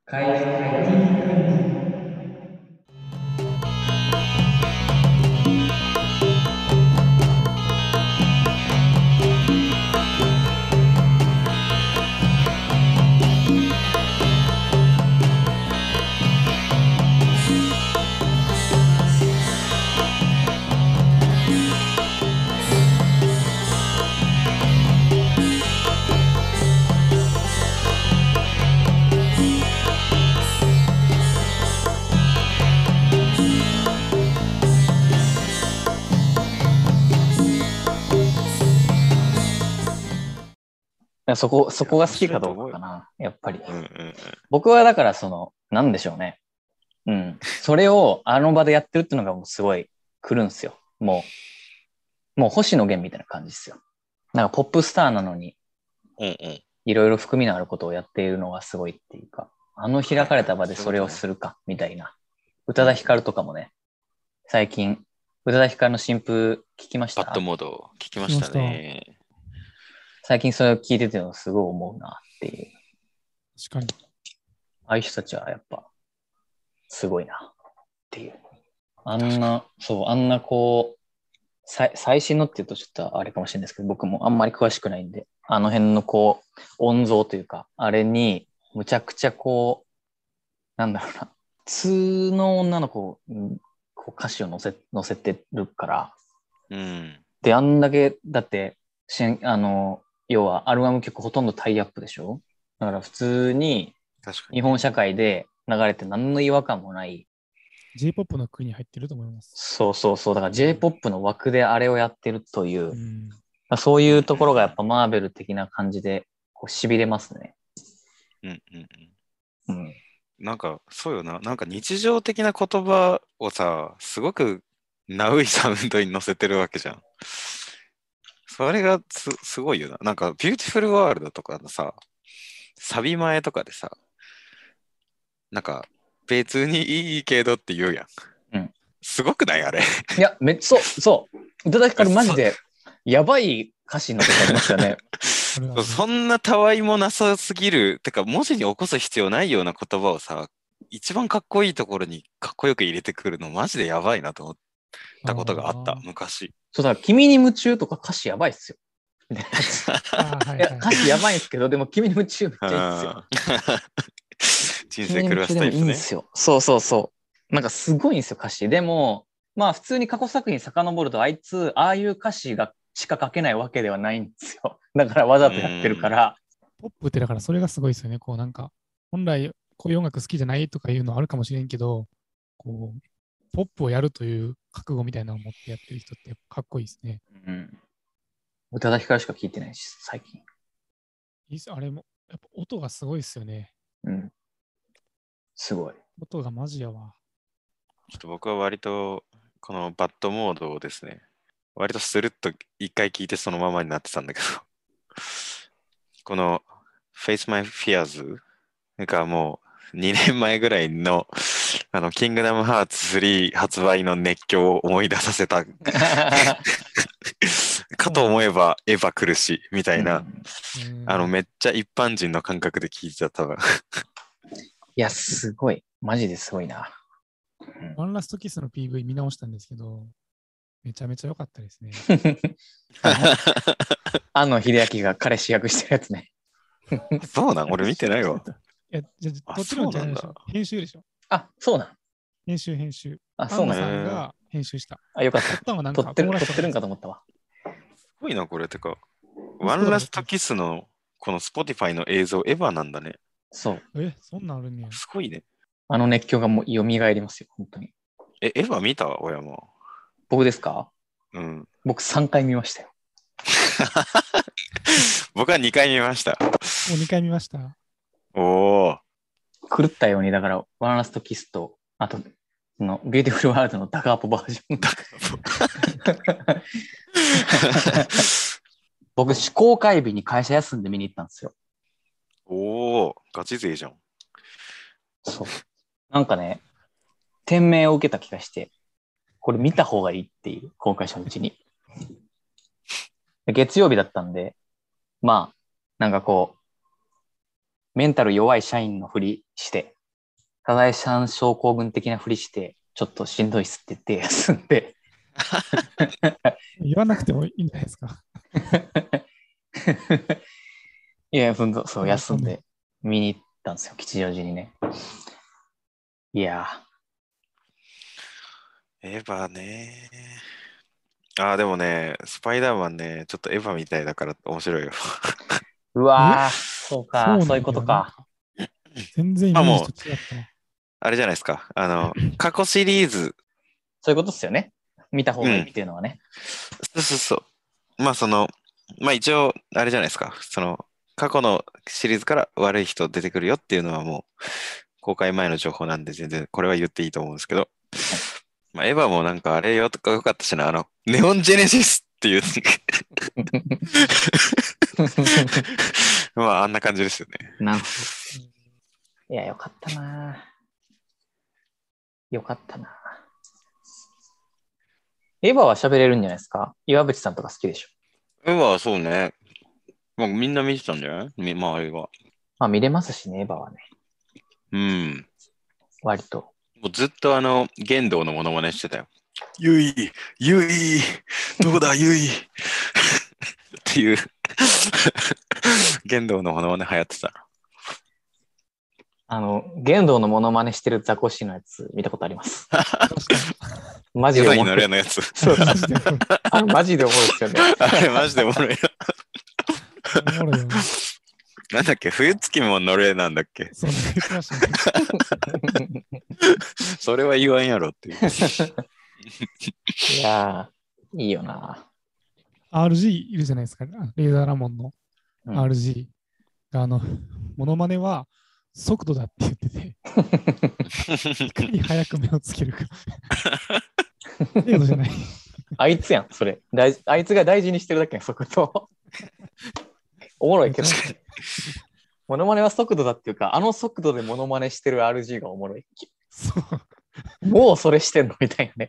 会議会議。そこが好きかどうかかな、やっぱり。僕はだからなんでしょうね。うん。それをあの場でやってるっていうのがもうすごい来るんですよ。もう星野源みたいな感じですよ。なんかポップスターなのに、いろいろ含みのあることをやっているのがすごいっていうか、あの開かれた場でそれをするか、みたいな。宇多田ヒカルとかもね、最近、宇多田ヒカルの新譜聞きました？ バッドモード聞きましたね。 最近それを聞いててのすごい思うなっていう。 確かに。 ああいう人たちはやっぱ、すごいなっていう。あんな最新のって言うとちょっとあれかもしれないですけど、僕もあんまり詳しくないんで、あの辺の音像というか、あれに、むちゃくちゃなんだろうな、普通の女の子を歌詞を載せてるから、で、あんだけ、だって、要はアルバム曲ほとんどタイアップでしょ？だから普通に日本社会で流れて何の違和感もない。 J-POP の国に入ってると思います。 そう。だから J-POP の枠であれをやってるという、そういうところがやっぱマーベル的な感じで痺れますね。 なんかそうよな。なんか日常的な言葉をさ、すごくナウいサウンドに乗せてるわけじゃん。それがすごいよな。なんかビューティフルワールドとかのさ、サビ前とかでさ、なんか別にいいけどって言うやん。すごくないあれ。 いや、そう。宇多田ヒカルマジでやばい歌詞の時ありますよね。 そんなたわいもなさすぎる、てか文字に起こす必要ないような言葉をさ、一番かっこいいところにかっこよく入れてくるのマジでやばいなと思ったことがあった、昔。 そうだ、君に夢中とか歌詞やばいっすよ。いや歌詞やばいんですけど、でも君に夢中めっちゃいいっすよ。 人生狂わせたいですね。 そう。なんかすごいんですよ、歌詞。でも、まあ普通に過去作品遡ると、ああいう歌詞しか書けないわけではないんですよ。だからわざとやってるから。 ポップってだからそれがすごいですよね。なんか、本来こういう音楽好きじゃないとかいうのあるかもしれんけど、ポップをやるという覚悟みたいなのを持ってやってる人ってかっこいいですね。 宇多田ヒカルしか聞いてないし、最近。 あれも、やっぱ音がすごいですよね。 すごい。 音がマジやわ。 ちょっと僕は割と、このバッドモードをですね、割とスルッと一回聞いてそのままになってたんだけど、この Face My Fears がもう2年前ぐらいのキングダムハーツ3発売の熱狂を思い出させたかと思えばエヴァ来るしみたいな、めっちゃ一般人の感覚で聞いてた多分。 いや、すごい。マジですごいな。 ワンラストキスの PV 見直したんですけど、めちゃめちゃ良かったですね。 庵野秀明が彼氏役してるやつね。 そうなん？俺見てないわ。 いや、じゃどっちもじゃないでしょ。編集でしょ。 あ、そうなん？ 編集。 あ、そうなん庵野さんが編集した。 あ、よかった。撮ってるんかと思ったわ。 すごいな、これ。てか、ワンラストキスのこの Spotify の映像、エヴァなんだね。 そう。 そんなんあるんや。 すごいね。 あの熱狂がもう蘇りますよ、本当に。 エヴァ見た？親も。 僕ですか？僕3回見ましたよ。 僕は2回見ました。 もう2回見ました。 おお。 狂ったように、だから、ワンラストキスと、あと、ビューティフルワールドのダガーポバージョン。僕、公開日に会社休んで見に行ったんですよ。 おお、ガチ勢じゃん。 そう。なんかね、天命を受けた気がして、これ見た方がいいっていう、公開初日に。月曜日だったんで、まあ、なんかメンタル弱い社員のふりして、 サザエさん症候群的なふりして、ちょっとしんどいっすって言って休んで。 言わなくてもいいんじゃないですか。 いや、そう、休んで見に行ったんですよ、吉祥寺にね。いやエヴァね。でもね、スパイダーマンね、ちょっとエヴァみたいだから面白いよ。 うわー、そうか、そういうことか。 全然イメージと違ったな。 あれじゃないですか。過去シリーズ。 そういうことですよね。見た方がいいっていうのはね。 そう。一応、あれじゃないですか。過去のシリーズから悪い人出てくるよっていうのはもう、公開前の情報なんで全然これは言っていいと思うんですけど。エヴァもなんかあれよとかよかったしな、ネオンジェネシスっていう。あんな感じですよね。 なるほど。いや、よかったな。よかったな。エヴァは喋れるんじゃないですか？岩渕さんとか好きでしょ？ エヴァはそうね。みんな見てたんじゃない？周りは。 見れますしね、エヴァはね。 うん。 割と。 もうずっと玄道のモノマネしてたよ。ゆい、どこだ、ゆいっていう玄道のモノマネ流行ってた。 玄道のモノマネしてるザコシのやつ見たことあります。マジでおもろい。 のやつ。 そうマジでおもろいですよね。 あれマジでおもろいよ。 おもろいよね。 なんだっけ、冬月もノルウェーなんだっけ。 そうね、言ってましたね。 それは言わんやろっていう。 いやー、いいよな。 RG いるじゃないですか。レーザーラモンの RG が、モノマネは速度だって言ってて、いかに早く目をつけるか。程度じゃない。 あいつやん、それ。あいつが大事にしてるだけやん、速度。おもろいけど。モノマネは速度だっていうか、速度でモノマネしてる RG がおもろい。 そう。 もうそれしてんのみたいなね。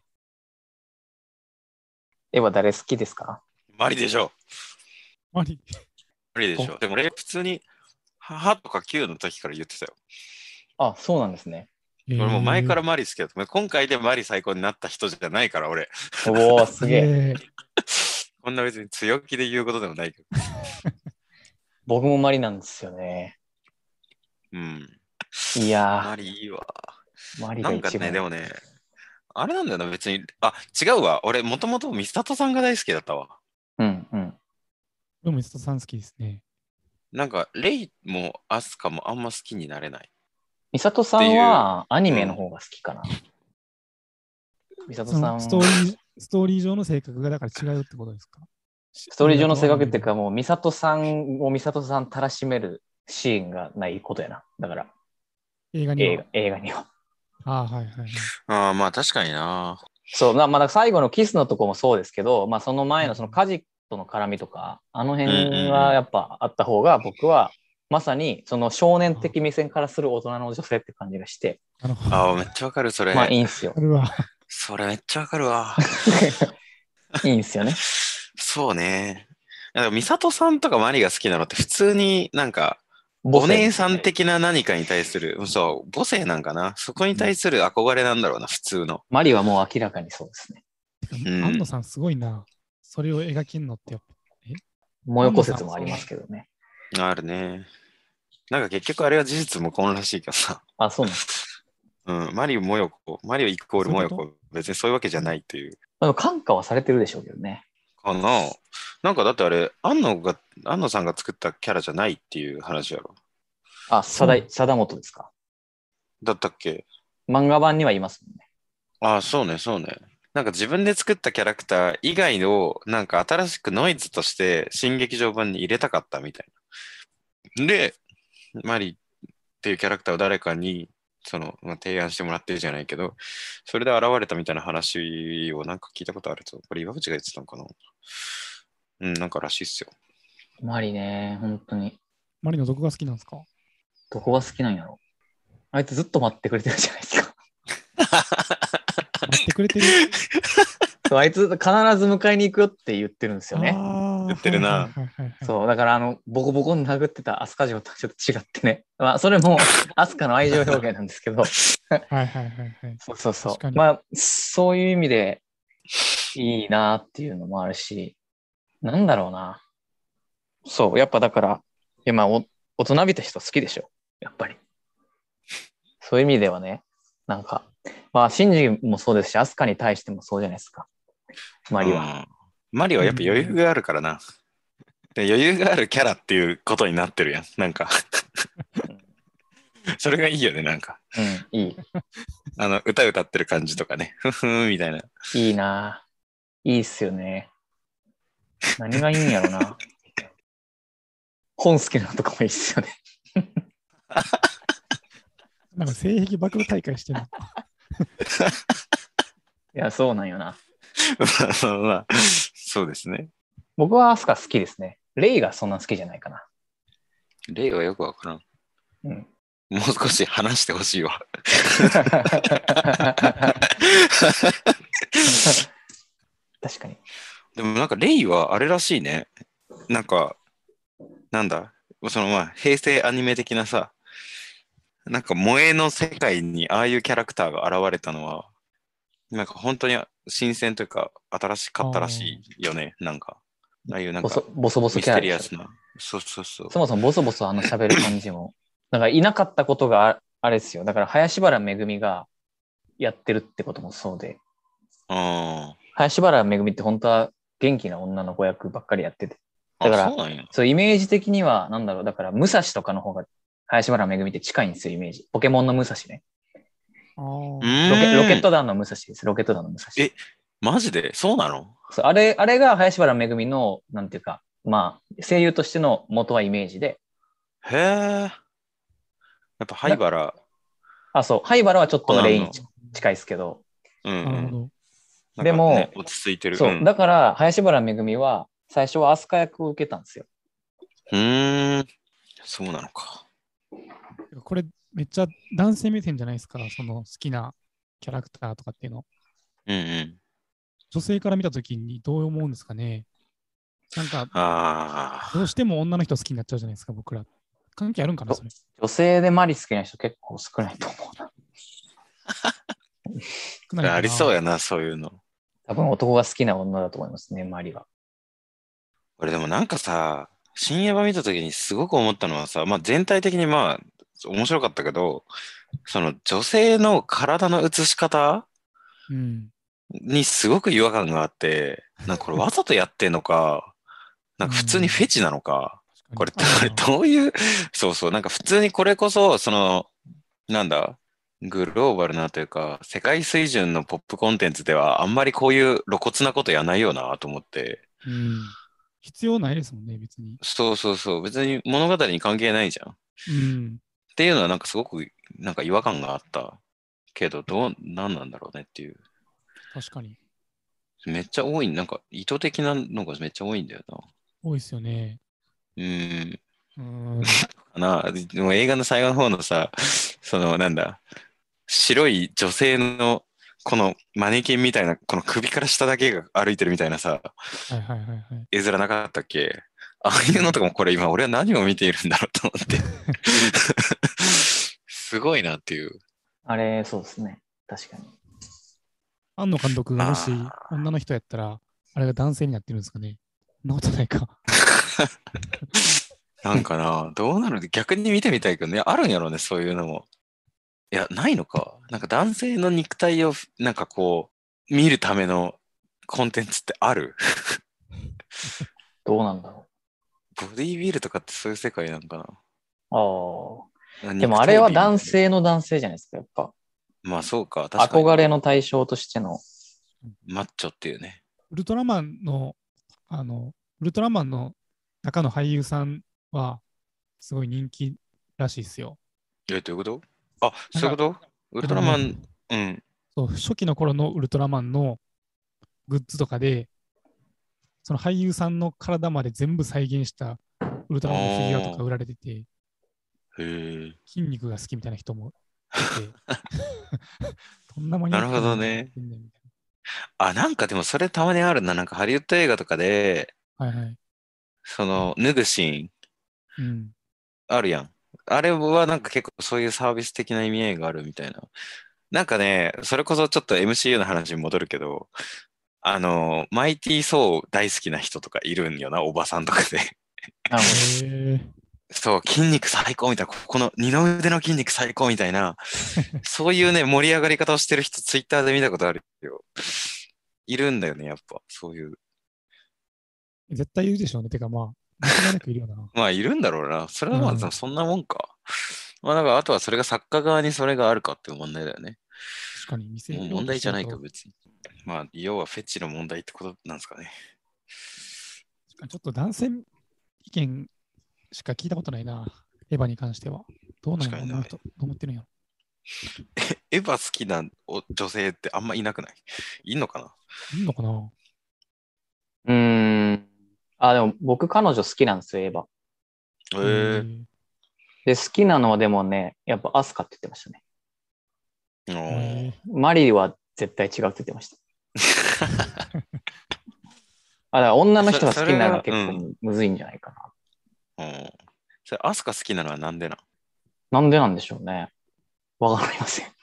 エヴァ誰好きですか？ マリでしょ。 マリでしょ。でも俺普通に母とか9の時から言ってたよ。 あ、そうなんですね。 俺もう前からマリ好きだった。今回でマリ最高になった人じゃないから俺。 おー、すげえ。 こんな別に強気で言うことでもないけど。 僕もマリなんですよね。 うん。 いやー。 マリいいわ。 マリが一番。 なんかね、でもね、あれなんだよな、別に。違うわ。俺、もともとミサトさんが大好きだったわ。 うんうん。 でもミサトさん好きですね。 なんか、レイもアスカもあんま好きになれない。 ミサトさんはアニメの方が好きかな。ミサトさんストーリー上の性格がだから違うってことですか？ ストーリー上の性格っていうか、もうミサトさんをミサトさんたらしめるシーンがないことやな。だから、 映画には。 はいはいはい。 まあ確かにな。 そう、まだ最後のキスのとこもそうですけど、その前のそのカジとの絡みとか、あの辺はやっぱあった方が僕はまさにその少年的目線からする大人の女性って感じがして。 めっちゃわかる、それ。 いいんすよ。 それめっちゃわかるわ。 いいんすよね。 そうね。ミサトさんとかマリが好きなのって普通になんか、お姉さん的な何かに対する、そう、母性なんかな。そこに対する憧れなんだろうな、普通の。 マリはもう明らかにそうですね。 安野さんすごいな。それを描きんのってやっぱ。 もよこ説もありますけどね。 あるね。なんか結局あれは事実無根らしいけどさ。 あ、そうなんですか。 マリオもよこ、マリオイコールもよこ、別にそういうわけじゃないっていう。 感化はされてるでしょうけどね。 かな。なんかだってあれ、安野さんが作ったキャラじゃないっていう話やろ。 あ、貞本ですか。 だったっけ？ 漫画版にはいますもんね。 あ、そうね。なんか自分で作ったキャラクター以外をなんか新しくノイズとして新劇場版に入れたかったみたいな。で、マリっていうキャラクターを誰かに提案してもらってるじゃないけど、それで現れたみたいな話をなんか聞いたことあると、これ岩渕が言ってたのかな？なんからしいっすよ。 マリね、本当に。 マリのどこが好きなんですか？ どこが好きなんやろ？あいつずっと待ってくれてるじゃないですか。 待ってくれてる。 あいつ必ず迎えに行くよって言ってるんですよね。 言ってるな。 はいはいはいはい。 そう、だからボコボコに殴ってた飛鳥城とはちょっと違ってね。まあ、それも飛鳥の愛情表現なんですけど、 はいはいはいはい。 そうそうそう。 確かに。 まあ、そういう意味でいいなっていうのもあるし、なんだろうな。そう、やっぱだから、まあ、大人びた人好きでしょ。やっぱり。そういう意味ではね、なんか、まあ、シンジもそうですし、アスカに対してもそうじゃないですか。マリは。 うん。マリはやっぱ余裕があるからな。で余裕があるキャラっていうことになってるやん。なんかそれがいいよね、なんか。 うん、いい。 歌歌ってる感じとかね。ふふみたいな。 いいな。いいっすよね。何がいいんやろな。本好きなのとかもいいっすよね。 なんか性癖暴露大会してるの。 いや、そうなんよな。 まあまあ、そうですね。 僕はアスカ好きですね。レイがそんな好きじゃないかな。 例はよくわからん。 うん。 もう少し話してほしいわ。 確かに。 でもなんかレイはあれらしいね。なんか、なんだ、まあ平成アニメ的なさ、なんか萌えの世界にああいうキャラクターが現れたのは、なんか本当に新鮮というか新しかったらしいよね。なんか、ああいうなんかボソボソミスキャラでしょ。 テリアスな。そうそうそう。 そもそもボソボソ喋る感じも。だからいなかったことがあれですよ。だから林原めぐみがやってるってこともそうで。 あ林原めぐみって本当は元気な女の子役ばっかりやってて。だあ、 から、 そうなんや。 そうイメージ的には、なんだろう、だから武蔵とかの方が林原めぐみって近いんですよ、イメージ。ポケモンの武蔵ね。 あうーロケッーん。 ト団の武蔵です。ロケット団の武蔵。 え、マジでそうなの？ そうあれが林原めぐみの、なんていうか、まあ、声優としての元はイメージで。 へえ。やっぱ灰原、 そう、灰原はちょっコナンの。 とレイに近いですけど。 うんうん。 なるほど。 でも、 なんかね、落ち着いてる。うそう、 ん。 だから林原めぐみは最初は飛鳥役を受けたんですよ。 そうなのか。 これめっちゃ男性目線じゃないですか、その好きなキャラクターとかっていうの。 うんうん。 女性から見たときにどう思うんですかね。なんか、 ああ。 どうしても女の人好きになっちゃうじゃないですか、僕ら。関係あるんかな、それ。 女性でマリ好きな人結構少ないと思うな。 少ないかな。 ありそうやな、そういうの。 多分男が好きな女だと思いますね、マリは。 俺でもなんかさ、深夜版見た時にすごく思ったのはさ、まあ全体的にまあ面白かったけど、その女性の体の映し方うん。 にすごく違和感があって、なんかこれわざとやってんのか、なんか普通にフェチなのか、これ、これどういう、そうそう、なんか普通にこれこそ、なんだ、グローバルなというか、世界水準のポップコンテンツではあんまりこういう露骨なことやらないよなと思って、 うん。必要ないですもんね、別に。 そうそうそう、別に物語に関係ないじゃん。っうん。 ていうのはなんかすごくなんか違和感があったけど、なんなんだろうねっていう。 確かに。 めっちゃ多い、なんか意図的なのがめっちゃ多いんだよな。 多いですよね。 うーん。 うん。 かな。でも映画の最後の方のさ、なんだ、白い女性のこのマネキンみたいな、この首から下だけが歩いてるみたいなさ、 はいはいはいはい。 絵面なかったっけ？ああいうのとかもこれ今俺は何を見ているんだろうと思って。すごいなっていう。 あれ、そうですね。確かに。 庵野監督がもしあ女の人やったら、あれが男性になってるんですかね。そんなことないか。 なんかな、どうなる？逆に見てみたいけどね、あるんやろうね、そういうのも。いや、ないのか。なんか男性の肉体をなんかこう、見るためのコンテンツってある？ どうなんだろボディービルとかってそういう世界なんかう。あな。 あ。でもあれは男性。 性の男性じゃないですか、やっぱ。 まあそうか、確かに。 憧れの対象としての。 マッチョっていうね。 ウルトラマンの、ウルトラマンの中の俳優さんは、すごい人気らしいですよ。 どういうこと？あ、 なんか、 そういうこと？ウルトラマン、うん。 そう初期の頃のウルトラマンのグッズとかで、その俳優さんの体まで全部再現したウルトラマンのフィギュアとか売られてて、 へえ。 筋肉が好きみたいな人もいて、そんなマニアなるほックなのやっどね。 てんねんみたいあ、なんかでもそれたまにあるな。なんかハリウッド映画とかで、 な。はいはい。 その脱ぐシーンうん。 あるやん。あれはなんか結構そういうサービス的な意味合いがあるみたいな。なんかね、それこそちょっと MCU の話に戻るけど、マイティー・ソー大好きな人とかいるんよな、おばさんとかで。 なるほど。 へえ。 そう、筋肉最高みたいな、この二の腕の筋肉最高みたいな、そういうね、盛り上がり方をしてる人、ツイッターで見たことあるよ。いるんだよね、やっぱ、そういう。 絶対いるでしょうね。てかまあ、間違いなくいるよな。 まあ、いるんだろうな。それはまうん。 あ、そんなもんか。まあ、だからあとはそれが作家側にそれがあるかっていう問題だよね。 確かに見せもうよう問題じゃないか、 としてるかどうか。 別に。まあ、要はフェチの問題ってことなんですかね。 確かにちょっと男性意見しか聞いたことないな。エヴァに関しては。どうなの確かにな。 女の人。どう思ってるんやろ。 エヴァ好きな女性ってあんまいなくない？いんのかな？ いんのかな。 うーん。あ、でも僕彼女好きなんですよ、エヴァ。 へえ。 で、好きなのはでもね、やっぱアスカって言ってましたね。 おーマリは絶対違うって言ってました。あ、だから女の人が好きになるのは結構むずいんじゃないかな。 うん。それ、アスカ好きなのはなんでなん？ なんでなんでしょうね。わかりません。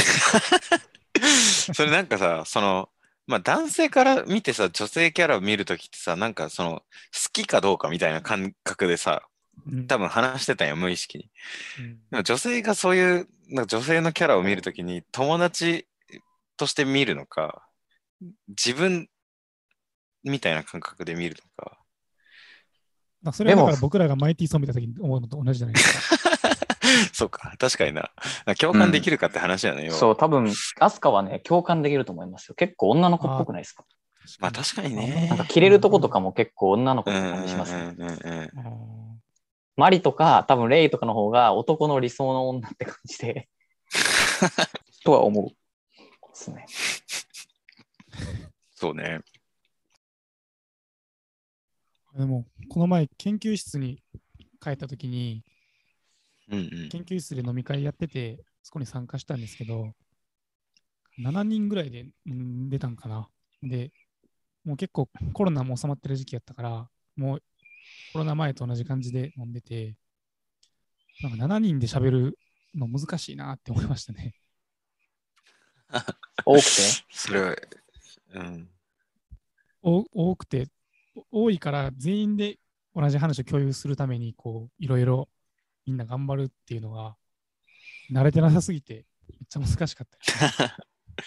それなんかさ、まあ男性から見てさ、女性キャラを見るときってさ、なんか好きかどうかみたいな感覚でさ、 うん。 多分話してたんよ、無意識に。 うんでも女性がそういう、なんか女性のキャラを見るときに友達として見るのか、自分みたいな感覚で見るのか。 それはだかでも、 ら僕らがマイティーソン見たときに思うのと同じじゃないですか。 そうか、確かにな。共感できるかって話だよね、要は。 そう、多分、アスカはね、共感できると思いますよ。結構女の子っぽくないですか？ まあ確かに女の子なんかね。 着れるとことかも結構女の子うんうって感じしますね。 んうんうんうん。 あーマリとか、多分レイとかの方が男の理想の女って感じで、とは思うですね。 そうね。 でも、この前、研究室に帰ったときに、 うんうん。 研究室で飲み会やってて、そこに参加したんですけど、7人ぐらいで出たんかな。で、もう結構コロナも収まってる時期やったから、もうコロナ前と同じ感じで飲んでて、なんか7人で喋るの難しいなって思いましたね。 多くてそれは、うん。 多くて、多いから全員で同じ話を共有するために、こう、いろいろみんな頑張るっていうのが、慣れてなさすぎて、めっちゃ難しかったです。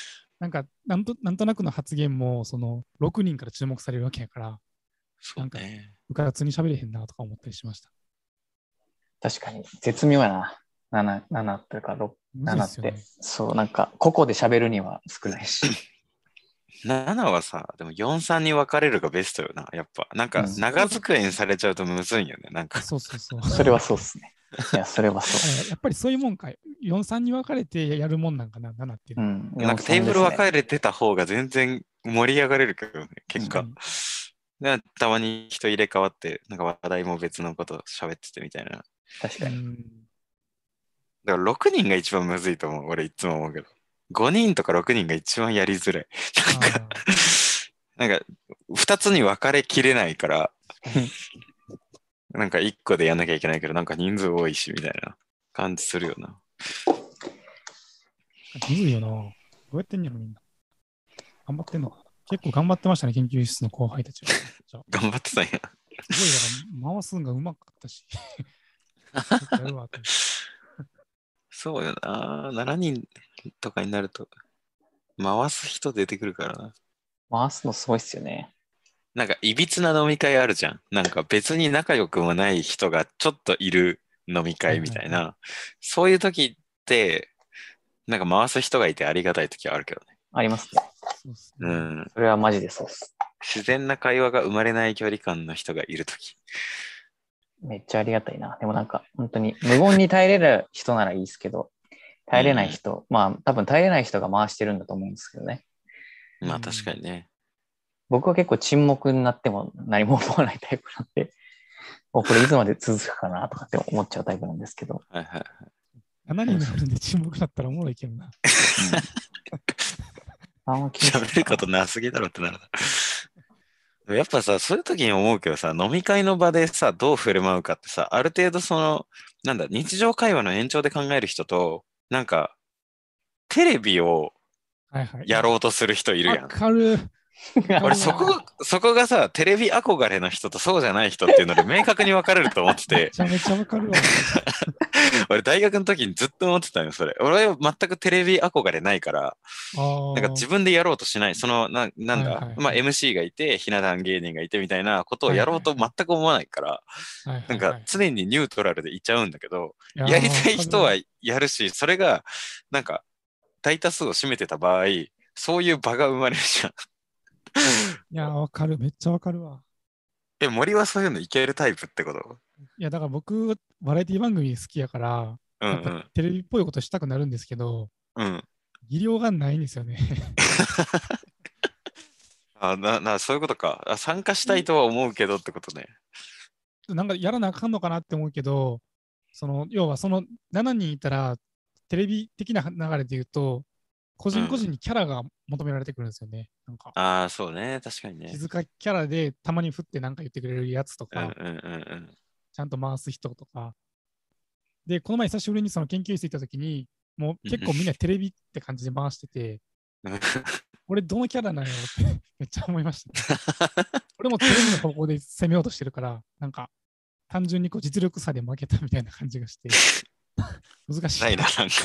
なんとなくの発言も、その、6人から注目されるわけやから、 そうね。 うかつに喋れへんなとか思ったりしました。 確かに、絶妙やな。7というか7って。 むずいっすよね。 そう、なんか、個々で喋るには少ないし。 7はさ、でも4、3に分かれるがベストよな、やっぱ。なんか、 うん長机にされちゃうとむずいんよね、なんか。 そうそうそう。 それはそうっすね。いや、それはそう。 やっぱりそういうもんか。4、3に分かれてやるもんなんかな、7っていうのは。 うん、 なんかテー 4、3 ブルですね。 分かれてた方が全然盛り上がれるけどね、結果。 確かに。 たまに人入れ替わって、なんか話題も別のこと喋っててみたいな。だか確かに。 ら6人が一番むずいと思う、俺いつも思うけど。5人とか6人が一番やりづらい。なんか、2つに分かれきれないから、なんか1個でやんなきゃいけないけど、なんか人数多いし、みたいな感じするよな。 むずいよな。どうやってんやろ、みんな。頑張ってんのかな。結構頑張ってましたね、研究室の後輩たちは。 頑張ってたんや。 すごい、だから回すんがうまかったし。やるわと。 そうよな。7人とかになると、回す人出てくるからな。 回すのすごいっすよね。 なんか、いびつな飲み会あるじゃん。なんか別に仲良くもない人がちょっといる飲み会みたいはいはいな。そういう時って、なんか回す人がいてありがたい時はあるけどね。 ありますね。 そうっすね。 うん。 それはマジでそうっす。 自然な会話が生まれない距離感の人がいる時。 めっちゃありがたいな。でもなんか、本当に無言に耐えれる人ならいいですけど、耐えれない人、まあ多分耐えれない人が回してるんだと思うんですけどね。 まあ確かにね。 僕は結構沈黙になっても何も思わないタイプなんで、これいつまで続くかなとかって思っちゃうタイプなんですけど。 はいはい。 7人になるんで沈黙だったらおもろいけどな。 あんま気にしない喋ることなすぎだろってなる。 やっぱさ、そういう時に思うけどさ、飲み会の場でさ、どう振る舞うかってさ、ある程度なんだ、日常会話の延長で考える人と、なんか、テレビをはいはい。 やろうとする人いるわやん。 かる。わか俺、 るわ。 そこがさ、テレビ憧れの人とそうじゃない人っていうので明確に分かれると思ってて、 めちゃめちゃわかるわ。 俺、大学の時にずっと思ってたよ、それ。俺は全くテレビ憧れないから、 ああ、 なんかは自分でやろうとしない、なんいはいだ、まあ、 はい。 MC がいて、ひな壇芸人がいてみたいなことをはいやろうとはいはい。 全く思わないから、 はいなんはいはい。 か常にニュートラルでいっちゃうんだけど、 いやー、 やりわたい人はかるわ。 やるし、それがなんか大多数を占めてた場合、そういう場が生まれるじゃん。 いやー、わかる。めっちゃわかるわ。 森はそういうのいけるタイプってこと？ いや、だから僕、バラエティ番組好きやから、やっぱうんうん。 テレビっぽいことしたくなるんですけど、 うん。 技量がないんですよね。 そういうことか。参加したいとは思うけどってことね。 なんかやらなあかんのかなって思うけど、要はその7人いたら、テレビ的な流れで言うと、個うん。 人個人にキャラが求められてくるんですよね。なんか、 ああ、そうね。確かにね。 静かキャラでたまに振ってなんか言ってくれるやつとか、 うんうんうんちゃんと回す人とか。で、この前久しぶりにその研究室行った時に、もううん。 結構みんなテレビって感じで回してて、 うん俺どのキャラなんやろってめっちゃ思いましたね。俺もテレビの方向で攻めようとしてるから、なんか単純にこう実力差で負けたみたいな感じがして、難しないな、 いな。 なんか。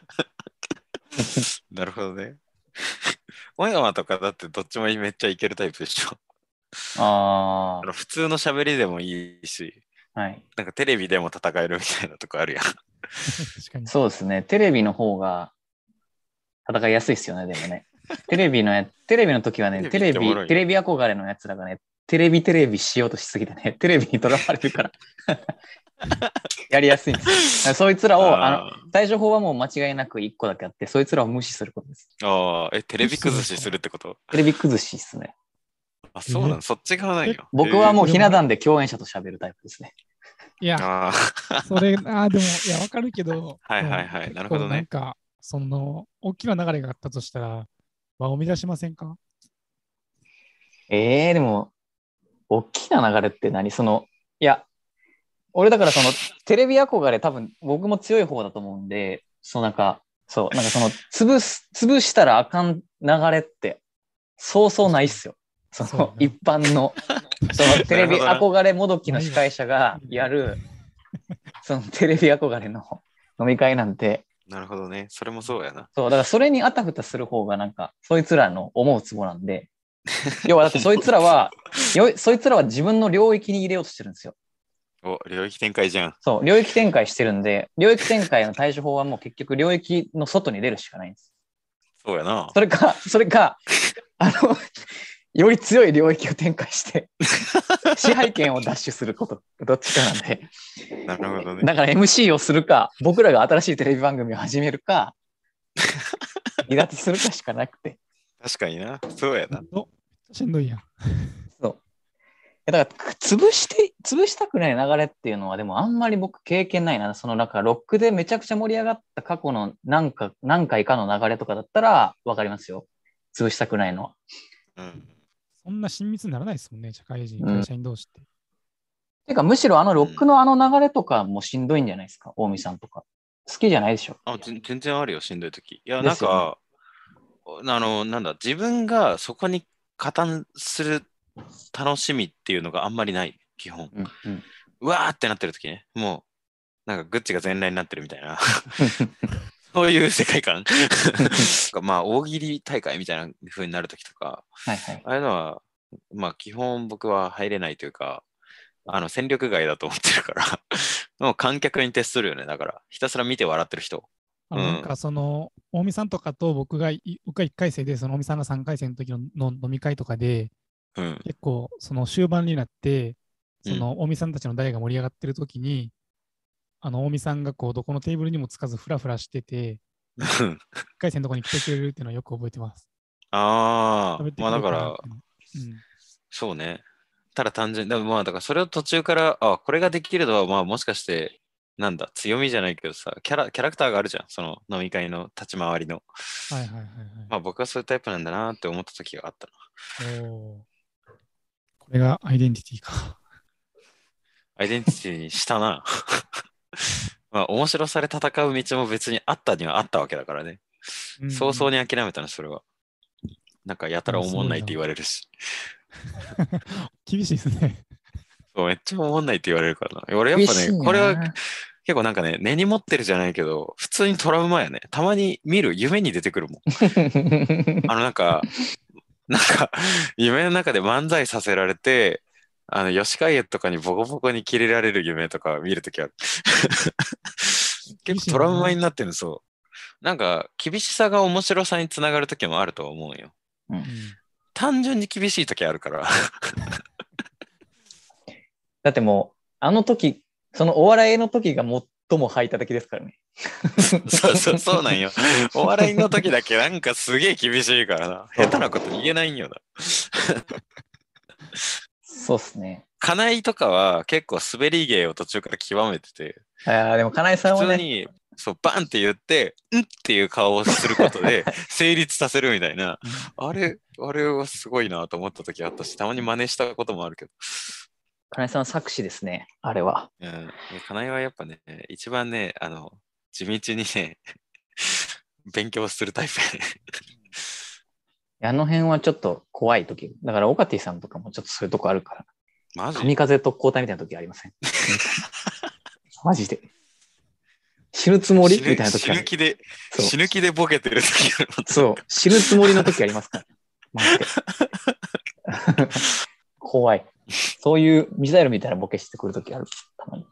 なるほどね。小山とかだってどっちもめっちゃいけるタイプでしょ。 あ普通の喋りでもいいし、 あ、はい。 なんかテレビでも戦えるみたいなとこあるやん。 確かに。 そうですね。テレビの方が戦いやすいですよね、でもね。テレビの時はね、 テレビっておもろいな。 テレビ憧れのやつらがね、テレビしようとしすぎてね、テレビにとらわれるからやりやすいんですよ。だからそいつらを、 あ対処法はもう間違いなく1個だけあって、そいつらを無視することです。 テレ無視ビ崩しするんですか？ するってこと？ テレビ崩しですね。 あ、そうなえの？そっち側なんえ、 よ。 僕はもうでも、 ひな壇で共演者と喋るタイプですね。 いや、 あそれ、でも、いや、わかるけど、 はいでもはいはい。 結構なるほどね。 なんか、大きな流れがあったとしたら、場を乱しませんか？ でも、大きな流れって何いや、俺だからテレビ憧れ多分僕も強い方だと思うんで、なんか潰したらあかん流れって、そうそう確かに。 ないっすよ。 そうやな。 一般の、 確かに。 テレビなるほどな。 憧れもどきのないわ。 司会者がないない。 やる、テレビ憧れの飲み会なんて、 なるほどね。それもそうやな。 そう、だからそれにあたふたする方がなんか、そいつらの思うツボなんで、要はだってそいつらは自分の領域に入れようとしてるんですよ。 領域展開じゃん。 そう、領域展開してるんで、領域展開の対処法はもう結局領域の外に出るしかないんです。 そうやな。 それか、より強い領域を展開して、支配権を奪取すること、どっちかなんで。 なるほどね。 だから MC をするか、僕らが新しいテレビ番組を始めるか、離脱するかしかなくて。 確かにな。そうやな。 めっちゃしんどいやん。 そう。だから、潰したくない流れっていうのは、でもあんまり僕経験ないな。なんかロックでめちゃくちゃ盛り上がった過去の何回かの流れとかだったらわかりますよ。潰したくないのは。 うん。 そんな親密にならないですもんね、社会人、 うん。 会社員同士って。 てか、むしろロックうん。 の流れとかもしんどいんじゃないですか、大見さんとか。好きじゃないでしょ。 全然あるよ、しんどいとき。いや、 ですよね。 なんだ、自分がそこに加担する楽しみっていうのがあんまりない、基本。 うんうん。 うわーってなってるときね。もう、なんかグッチが全裸になってるみたいな。そういう世界観。まあ、大喜利大会みたいな風になるときとか、 はいはい。 ああいうのは、まあ、基本僕は入れないというか、戦力外だと思ってるからもう観客に徹するよね。だから、ひたすら見て笑ってる人。うん。 なんか大見さんとかと僕が1回生で、大見さんが3回生の時の飲み会とかで、 うん。 結構、終盤になって、 うん。 大見さんたちの代が盛り上がってる時に、大見さんがこう、どこのテーブルにもつかずフラフラしてて、1回戦のとこに来てくれるっていうのはよく覚えてます。 ああ、まあ喋ってくれだから、 たらっていうの。うん。 そうね。ただ単純に、でもまあだからそれを途中から、これができるのは、まあもしかして、なんだ、強みじゃないけどさ、キャラクターがあるじゃん。その飲み会の立ち回りの。 はいはいはいはい。 まあ僕はそういうタイプなんだなって思った時があったな。 おー。 これがアイデンティティか。 アイデンティティにしたな。まあ、面白さで戦う道も別にあったにはあったわけだからね。早々に諦めたの、それは。なんか、やたら思んないって言われるし。 厳しいですね。 そうめっちゃ思んないって言われるからな。俺やっぱね、これは結構なんかね、根に持ってるじゃないけど、普通にトラウマやね。たまに見る、夢に出てくるもん。なんか、夢の中で漫才させられて、吉海江とかにボコボコに切れられる夢とか見るときある。結構トラウマになってるの、そう。なんか、厳しさが面白さにつながるときもあると思うよ。 うん、 単純に厳しいときあるから。 だってもう、あの時、そのお笑いの時が最も排他的ですからね。 そうなんよ。お笑いの時だけなんかすげえ厳しいからな。下手なこと言えないんよな。 そうっすね。 金井とかは結構滑り芸を途中から極めてて。 でも金井さんはね。 普通に、そう、バンって言って、んっていう顔をすることで成立させるみたいな。あれはすごいなと思った時あったし、たまに真似したこともあるけど。 金井さんは作詞ですね、あれは。 うん。金井はやっぱね、一番ね、地道にね、勉強するタイプあの辺はちょっと怖い時。だから、オカティさんとかもちょっとそういうとこあるから。 マジ神風特攻隊みたいな時ありませんマジで。死ぬつもりみたいな時ある。 死ぬ気でボケてる時ある。 そう。死ぬつもりの時ありますから。マジで。怖い。そういうミサイルみたいなボケしてくる時ある。たまに。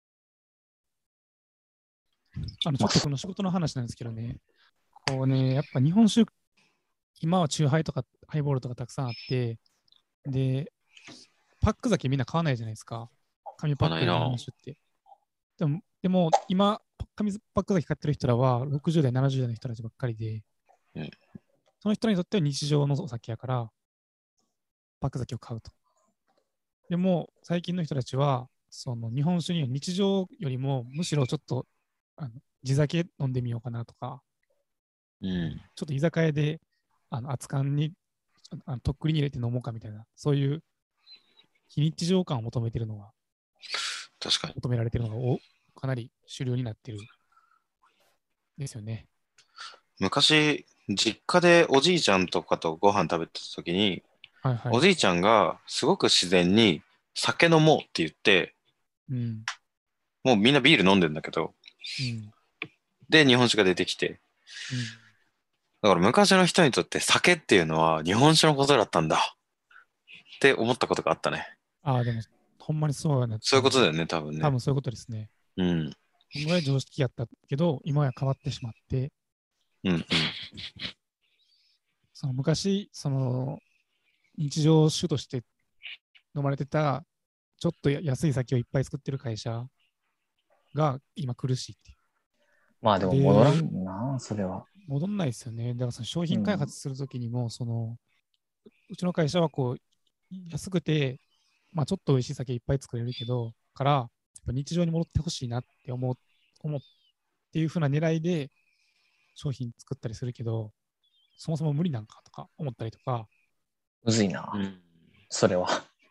ちょっとこの仕事の話なんですけどね。こうね、やっぱ日本酒、今はチューハイとかハイボールとかたくさんあって、で、パック酒みんな買わないじゃないですか。紙パックの日本酒って。でも今、紙パック酒買ってる人らは60代、70代の人たちばっかりで、その人にとっては日常のお酒やから、パック酒を買うと。でも、最近の人たちは、その日本酒には日常よりも、むしろちょっと地酒飲んでみようかなとか、ちょっと居酒屋で熱燗にとっくりに入れて飲もうかみたいな、そういう非日常感を求めてるのが、 確かに求められてるのがかなり主流になってるですよね。 昔、実家でおじいちゃんとかとご飯食べてた時に、おじいちゃんがすごく自然に酒飲もうって言って、もうみんなビール飲んでんだけど、で、日本酒が出てきて、だから昔の人にとって酒っていうのは日本酒のことだったんだって思ったことがあったね。 でも、ほんまにそうやね。 そういうことだよね、多分ね。 多分そういうことですね。このぐらい常識やったけど、今は変わってしまって、その昔、その日常酒として飲まれてた、ちょっと安い酒をいっぱい作ってる会社が今苦しいっていう。 まあでも戻らんな、それは。 戻んないですよね。だからその商品開発するときにも、うちの会社はこう、安くて、まあちょっと美味しい酒いっぱい作れるけど、から、やっぱ日常に戻ってほしいなって思っていう風な狙いで商品作ったりするけど、そもそも無理なんかとか思ったりとか。 むずいな、それは。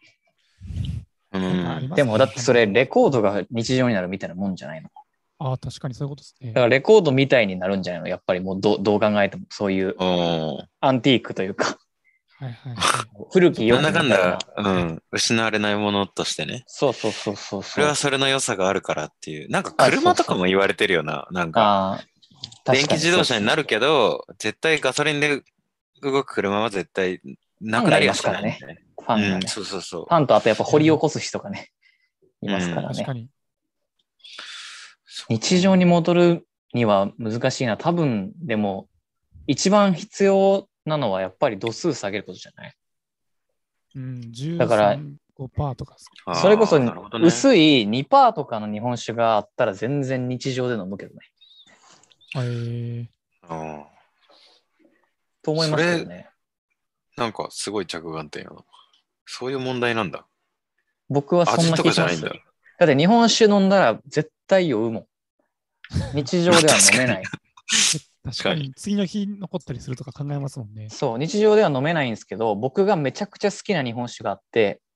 ね、 でもだってそれレコードが日常になるみたいなもんじゃないの。 確かにそういうことですね。 だからレコードみたいになるんじゃないの、やっぱりもうどう考えてもそういうアンティークというか古き良きみたいな。 失われないものとしてね。 そう。 それはそれの良さがあるからっていう。なんか車とかも言われてるよな。なんか電気自動車になるけど、絶対ガソリンで動く車は絶対なくなりますからね。 ファンがね。 そう。ファンとあとやっぱ掘り起こす人がね、いますからね。 確かに。 日常に戻るには難しいな。多分でも一番必要なのはやっぱり度数下げることじゃない？ だから5%とか。 それこそ薄い 2% とかの日本酒があったら全然日常で飲むけどね。と思いますけどね。 なんかすごい着眼点やな。そういう問題なんだ。 僕はそんな気がします。だって日本酒飲んだら絶対酔うもん。日常では飲めない。 確かに次の日残ったりするとか考えますもんね。 そう、日常では飲めないんですけど、僕がめちゃくちゃ好きな日本酒があって、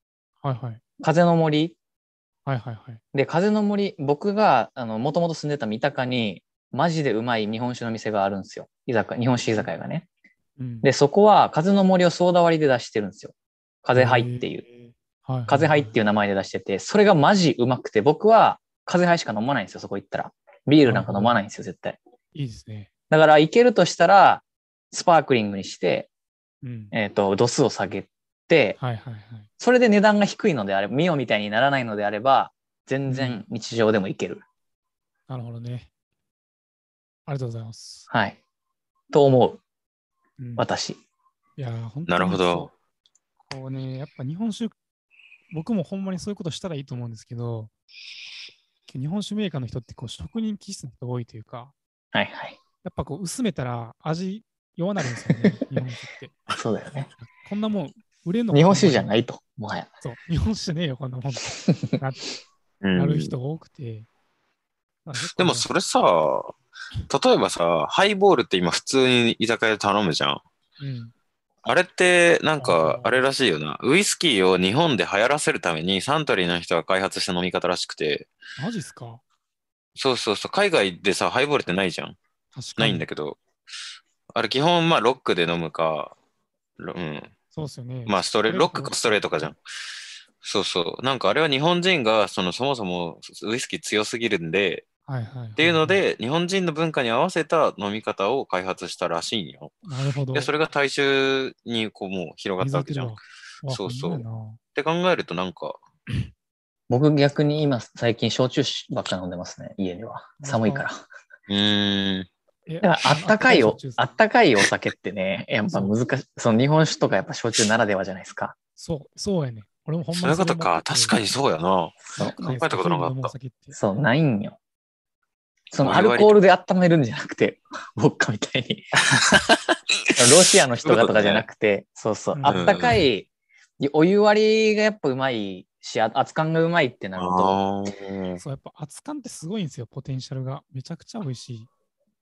はいはい。 風の森はいはいはい。 で、風の森、僕がもともと住んでた三鷹に、マジでうまい日本酒の店があるんですよ。日本酒居酒屋がね。 うん。 で、そこは風の森をソーダ割りで出してるんですよ。風ハイっていう。 はいはいはい。 風ハイっていう名前で出してて、それがマジうまくて、僕は風ハイしか飲まないんですよ、そこ行ったら。ビールなんか飲まないんですよ、絶対。 いいですね。 だから、行けるとしたら、スパークリングにして、 うん。 度数を下げて、 はいはいはい。 それで値段が低いのであれば、ミオみたいにならないのであれば、全うん然日常でも行ける。 なるほどね。ありがとうございます。 はい。と思う、 うん、 私。 いやー、本当になるほど。 こうね、やっぱ日本酒、僕もほんまにそういうことしたらいいと思うんですけど、日本酒メーカーの人ってこう職人気質の人が多いというか、 はいはい。 やっぱこう薄めたら味弱なるんですよね、日本酒って。 そうだよね。 こんなもん売れんのか。 日本酒じゃないと、もはや。 そう、日本酒じゃねえよ、こんなもんなる人が多くて。 でもそれさ、例えばさ、ハイボールって今普通に居酒屋で頼むじゃん。 うん。 あれってなんかあれらしいよな。ウイスキーを日本で流行らせるためにサントリーの人が開発した飲み方らしくて。 マジっすか？ そうそうそう。海外でさ、ハイボールってないじゃん。ないん確かに。 だけど。あれ基本まあロックで飲むか、うん。 そうっすよね。 まあロックかストレートかじゃん。そうそう。なんかあれは日本人がそもそもウイスキー強すぎるんで、 はいはいはいはい、 っていうので、日本人の文化に合わせた飲み方を開発したらしいんよ。 なるほど。 で、それが大衆にこうもう広がったわけじゃん。そうそう。って考えるとなんか。 僕逆に今最近焼酎ばっか飲んでますね、家では。寒いから。だからあったかいお酒ってね、やっぱ難しい。その日本酒とかやっぱ焼酎ならではじゃないですか。 そうやね。俺もほんまそういうことか。確かにそうやな。考えたことなかった。 そう、ないんよ。そのアルコールで温めるんじゃなくて、ウォッカみたいに。ロシアの人がとかじゃなくて、そうそう、あったかい、お湯割りがやっぱうまいし、熱燗がうまいってなると。 そう、やっぱ熱燗ってすごいんですよ、ポテンシャルが。めちゃくちゃ美味しい。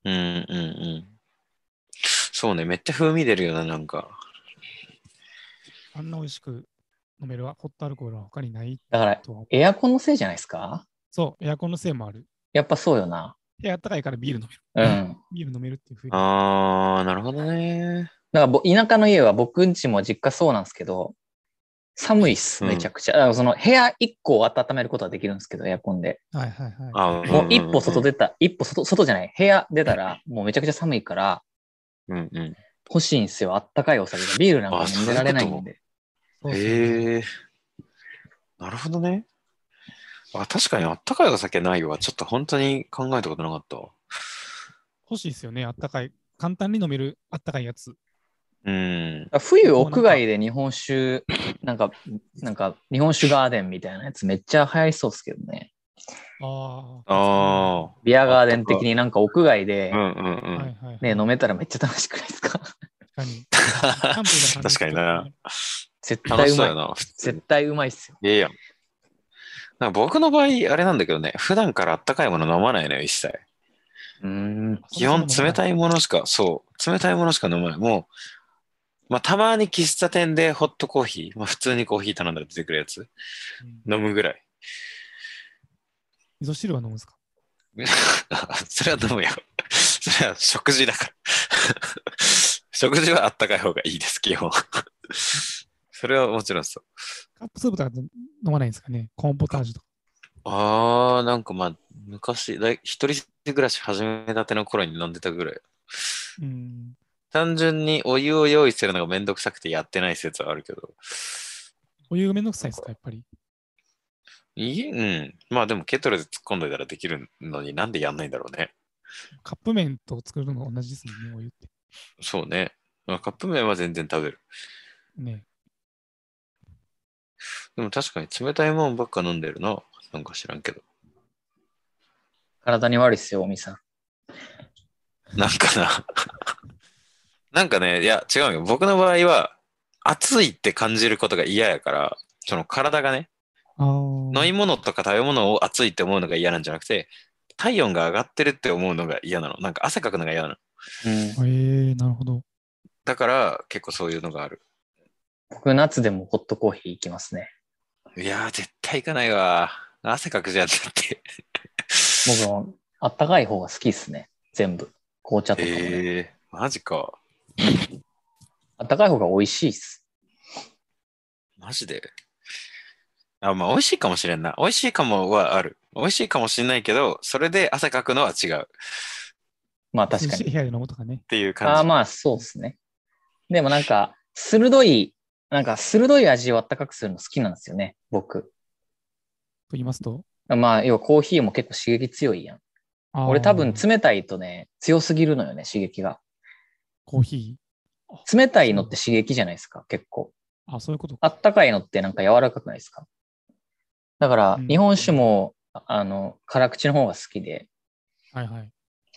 そうね、めっちゃ風味出るよな、なんか。 あんな美味しく飲めるホットアルコールは他にないだから、エアコンのせいじゃないですか？ そう、エアコンのせいもある。 やっぱそうよな。 あったかいからビール飲める。うん。 ビール飲めるっていう風に。 あー、なるほどね。 だから田舎の家は僕ん家も実家そうなんですけど、寒いっす、めちゃくちゃ。だからその部屋1個を温めることはできるんですけど、エアコンで。 はいはいはい。 もう一歩外出た、外じゃない、部屋出たらもうめちゃくちゃ寒いから、欲しいんですよ、あったかいお酒が。ビールなんか飲んでられないんで。 へえ。なるほどね。確かにあったかいお酒ないわ。ちょっと本当に考えたことなかったわ。 欲しいですよね、あったかい。簡単に飲めるあったかいやつ。 冬屋外で日本酒、なんか日本酒ガーデンみたいなやつめっちゃ流行りそうですけどね。ビアガーデン的になんか屋外で、ね、飲めたらめっちゃ楽しくないですか？ 確かに。 確かにな。 絶対うまい。絶対うまいっすよ。 いや。なんか僕の場合、あれなんだけどね、普段からあったかいもの飲まないのよ、一切。基本冷たいものしか、冷たいものしか飲まない。もう、まあ、たまに喫茶店でホットコーヒー、まあ、普通にコーヒー頼んだら出てくるやつ、飲むぐらい。 味噌汁は飲むんですか？ それは飲むよ。それは食事だから。食事はあったかい方がいいです、基本。それはもちろんそう。 カップスープとか飲まないんですかね？コーンポタージュとか。 なんかまあ、昔、一人暮らし始めたての頃に飲んでたぐらい。単純にお湯を用意するのがめんどくさくてやってない説はあるけど。 お湯がめんどくさいですか、やっぱり。 まあでもケトルで突っ込んどいたらできるのになんでやんないんだろうね。 カップ麺と作るのが同じですもんね、お湯って。 そうね。まあ、カップ麺は全然食べる。 ね。 でも確かに冷たいもんばっか飲んでるな。なんか知らんけど。 体に悪いっすよ、おみさん。 なんかな。なんかね、いや違うよ。僕の場合は暑いって感じることが嫌やから、その体がね、飲み物とか食べ物を暑いって思うのが嫌なんじゃなくて、体温が上がってるって思うのが嫌なの。なんか汗かくのが嫌なの。 なるほど。 だから結構そういうのがある。 僕夏でもホットコーヒー行きますね。 いやー、絶対行かないわ。汗かくじゃんだって。 僕もあったかい方が好きっすね。全部。紅茶とかもね。 マジか。 あったかい方が美味しいっす。 マジで。まあ、美味しいかもしれんな。美味しいかもはある。美味しいかもしれないけど、それで汗かくのは違う。っまあ確かに。 涼しい部屋で飲むとかね。 ていう感じ。 まあそうっすね。でもなんか、鋭い味をあったかくするの好きなんですよね。僕。 と言いますと、 まあ、要はコーヒーも結構刺激強いやん。俺多分冷たいとね、強すぎるのよね、刺激が。 コーヒ冷たいのって刺激じゃないですか、結構。 そういうことあったかいのってなんか柔らかくないですか。だから、日本酒も、辛口の方が好きで、 はいはい。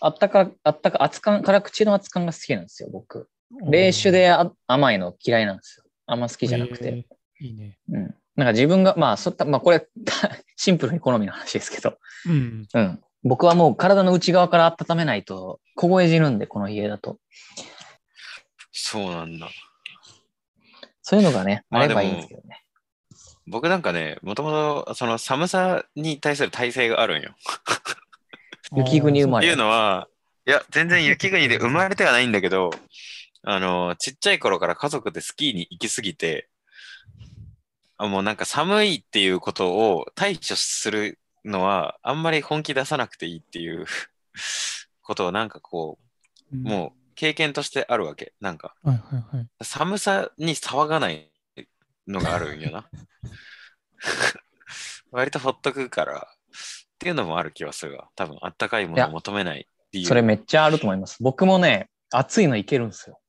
辛口の熱燗が好きなんですよ、僕。冷酒で甘いの嫌いなんですよ。あんま好きじゃなくて。 いいね。 うん。なんか自分が、まあこれ、シンプルに好みの話ですけど、うん。僕はもう体の内側から温めないと凍え死ぬんで、この家だと。 そうなんだ。 そういうのがね、あればいいんですけどね。 僕なんかね、もともとその寒さに対する耐性があるんよ。 雪国生まれ。 っていうのは、いや、全然雪国で生まれてはないんだけど、ちっちゃい頃から家族でスキーに行きすぎて、もうなんか寒いっていうことを対処するのは、あんまり本気出さなくていいっていうことをなんかこう、もう経験としてあるわけ。なんか、寒さに騒がないのがあるんよな。割とほっとくから、っていうのもある気はするわ。多分、あったかいものを求めない理由。 それめっちゃあると思います。僕もね、暑いのいけるんですよ。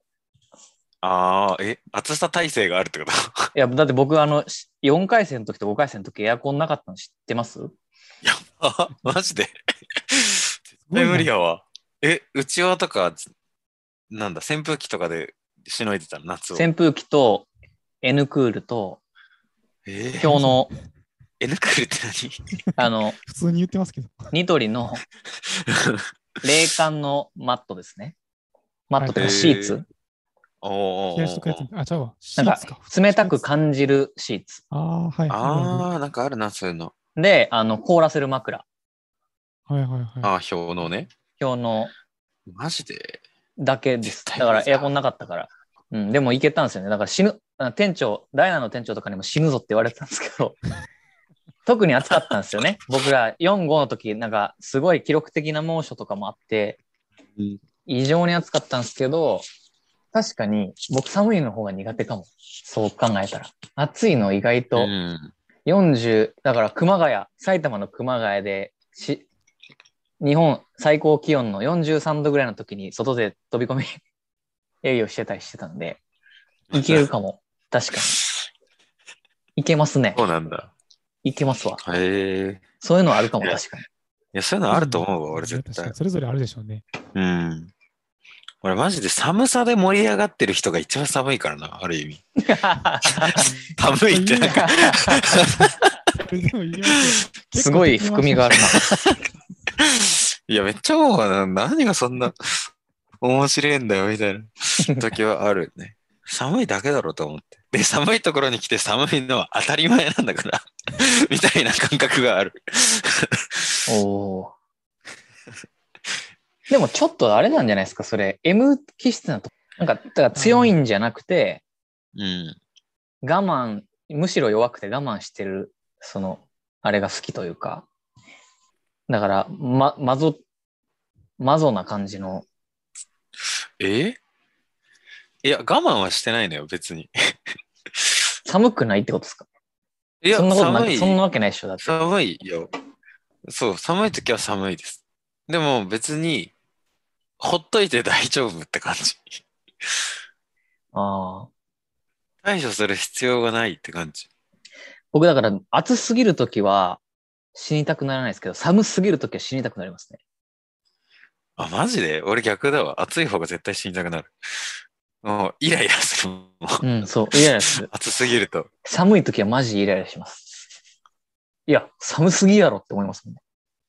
暑さ耐性があるってこと？ いや、だって僕4回生の時と5回生の時エアコンなかったの知ってます？ いや、マジで絶対無理やわ。うちわとか、なんだ、扇風機とかでしのいでたの、夏を。 扇風機と N クールと、今日の、 N クールって何？ 普通に言ってますけど。 ニトリの冷感のマットですね。マットとかシーツ。 冷やしとくやつ。ちゃうわ。 なんか冷たく感じるシーツ。 なんかあるな、そういうの。 で、凍らせる枕。 はいはいはい。 氷のね。 氷の。 マジでだけです。だからエアコンなかったから。うん、でも行けたんですよね。だからダイナの店長とかにも死ぬぞって言われてたんですけど、特に暑かったんですよね。僕ら4、5の時、なんかすごい記録的な猛暑とかもあって、異常に暑かったんですけど、確かに僕寒いの方が苦手かも。そう考えたら。暑いの意外と40、だから埼玉の熊谷で日本最高気温の43度ぐらいの時に外で飛び込み営業してたりしてたんで、いけるかも。確かに。いけますね。 そうなんだ。 いけますわ。 そういうのあるかも、確かに。 いや、そういうのあると思うわ、俺絶対。 それぞれあるでしょうね。 俺マジで寒さで盛り上がってる人が一番寒いからな、ある意味。寒いってなんかすごい含みがあるな。 いや、めっちゃ思うわな。何がそんな面白いんだよ、みたいな時はあるね。寒いだけだろうと思って。で、寒いところに来て寒いのは当たり前なんだからみたいな感覚がある。 でもちょっとあれなんじゃないですか、それ。M 気質なと。なんか、だから強いんじゃなくて、我慢、むしろ弱くて我慢してる、あれが好きというか。だから、マゾな感じの。 いや、我慢はしてないのよ、別に。 寒くないってことですか？いや、そんなことない。そんなわけないでしょ、だって。 寒いよ。そう、寒い時は寒いです。でも別に、ほっといて大丈夫って感じ。対処する必要がないって感じ。 僕だから暑すぎるときは死にたくならないですけど、寒すぎるときは死にたくなりますね。 マジで？俺逆だわ。暑い方が絶対死にたくなる。もうイライラする。 そう、イライラする。 暑すぎると。 寒いときはマジイライラします。いや、寒すぎやろって思いますもんね。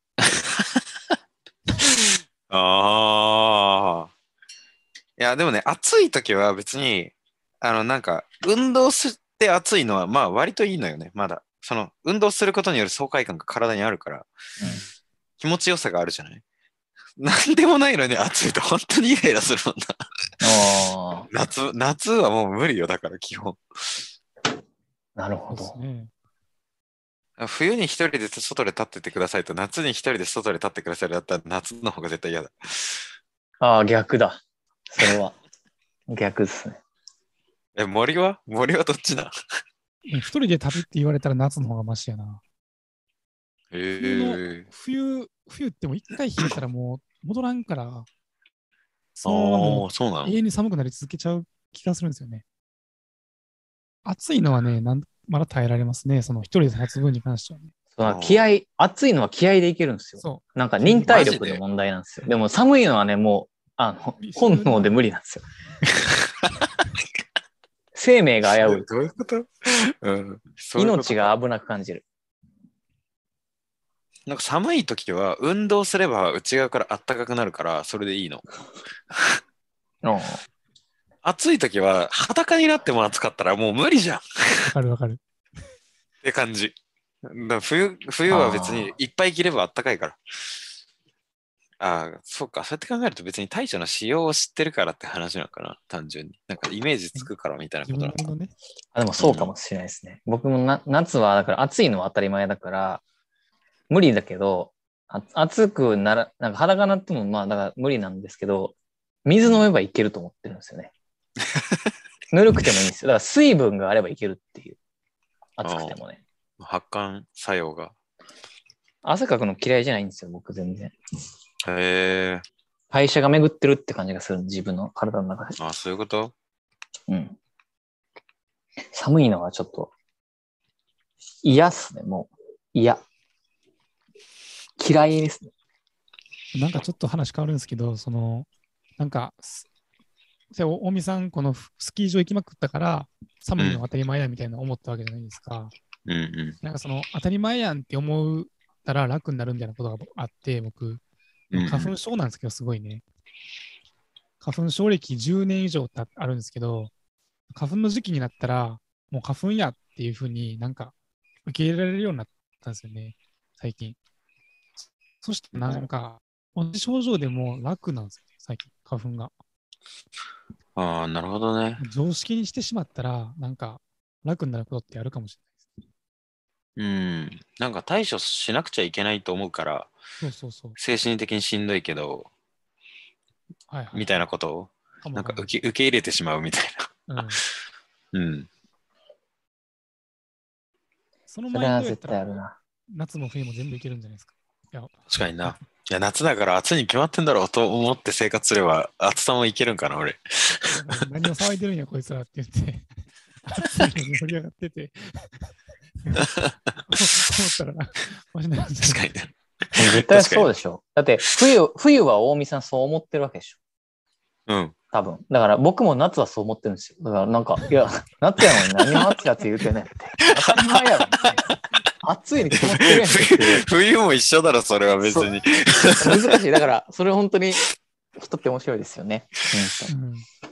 いや、でもね、暑い時は別に、なんか、運動して暑いのは、まあ、割といいのよね、まだ。 その運動することによる爽快感が体にあるから、気持ちよさがあるじゃない。なんでもないのに暑いと本当にイライラするもんあな。夏はもう無理よ、だから基本。 なるほど。 そうですね。 冬に一人で外で立っててくださいと、夏に一人で外で立ってくださいだったら夏の方が絶対嫌だ。 ああ、逆だ。それは。逆ですね。 森はどっちだ。 一人で立てって言われたら夏の方がマシやな。冬ってもう一回冷えたらもう戻らんから、そのままもう永遠に寒くなり続けちゃう気がするんですよね。暑いのはね、まだ耐えられますね。その一人で立つ分に関してはね。 暑いのは気合でいけるんですよ。なんか忍耐力の問題なんですよ。でも寒いのはね、もう、本能で無理なんですよ。生命が危うい。 どういうこと？ 命が危なく感じる。 なんか寒い時は運動すれば内側から暖かくなるからそれでいいの。暑い時は裸になっても暑かったらもう無理じゃん。 わかる。 って感じ。だ冬は別にいっぱい着れば暖かいから。そうか。そうやって考えると別に大将の仕様を知ってるからって話なのかな。単純に。なんかイメージつくからみたいなことなのかな。 ね、 でもそうかもしれないですね。僕も夏はだから暑いのは当たり前だから無理だけど、暑くなら、なんか裸になってもまあだから無理なんですけど、水飲めばいけると思ってるんですよね。ぬるくてもいいんですよ。だから水分があればいけるっていう。暑くてもね。 発汗作用が。 汗かくの嫌いじゃないんですよ、僕全然。 へえ。 代謝が巡ってるって感じがする、自分の体の中で。 そういうこと？ うん。寒いのはちょっと嫌っすね、もう。嫌いですね。 なんかちょっと話変わるんですけど、なんか、大見さん、このスキー場行きまくったから、寒いの当たり前やみたいな思ったわけじゃないですか。なんか当たり前やんって思ったら楽になるみたいなことがあって、僕、花粉症なんですけど、すごいね。花粉症歴10年以上あるんですけど、花粉の時期になったら、もう花粉やっていうふうになんか受け入れられるようになったんですよね、最近。そしてなんか、同じ症状でも楽なんですよね、最近、花粉が。 なるほどね。 常識にしてしまったら、なんか楽になることってあるかもしれないです。なんか対処しなくちゃいけないと思うから、 そう精神的にしんどいけど、みたいなことを、なんか受け入れてしまうみたいな。 そのマインドやったら、夏も冬も全部いけるんじゃないですか。 確かにな。いや、夏だから暑いに決まってんだろうと思って生活すれば、暑さもいけるんかな、俺。 何を騒いでるんや、こいつらって言って、暑いのに盛り上がってて。思ったら、マジで。 確かにね。 絶対そうでしょ。だって、冬は大見さんそう思ってるわけでしょ。多分。だから僕も夏はそう思ってるんですよ。だからなんか、いや、夏やのに何も暑いやつ言うてねって。当たり前やろみたいな。暑いに決まってるやん。 冬も一緒だろ、それは別に。 難しい。だから、それ本当に人って面白いですよね。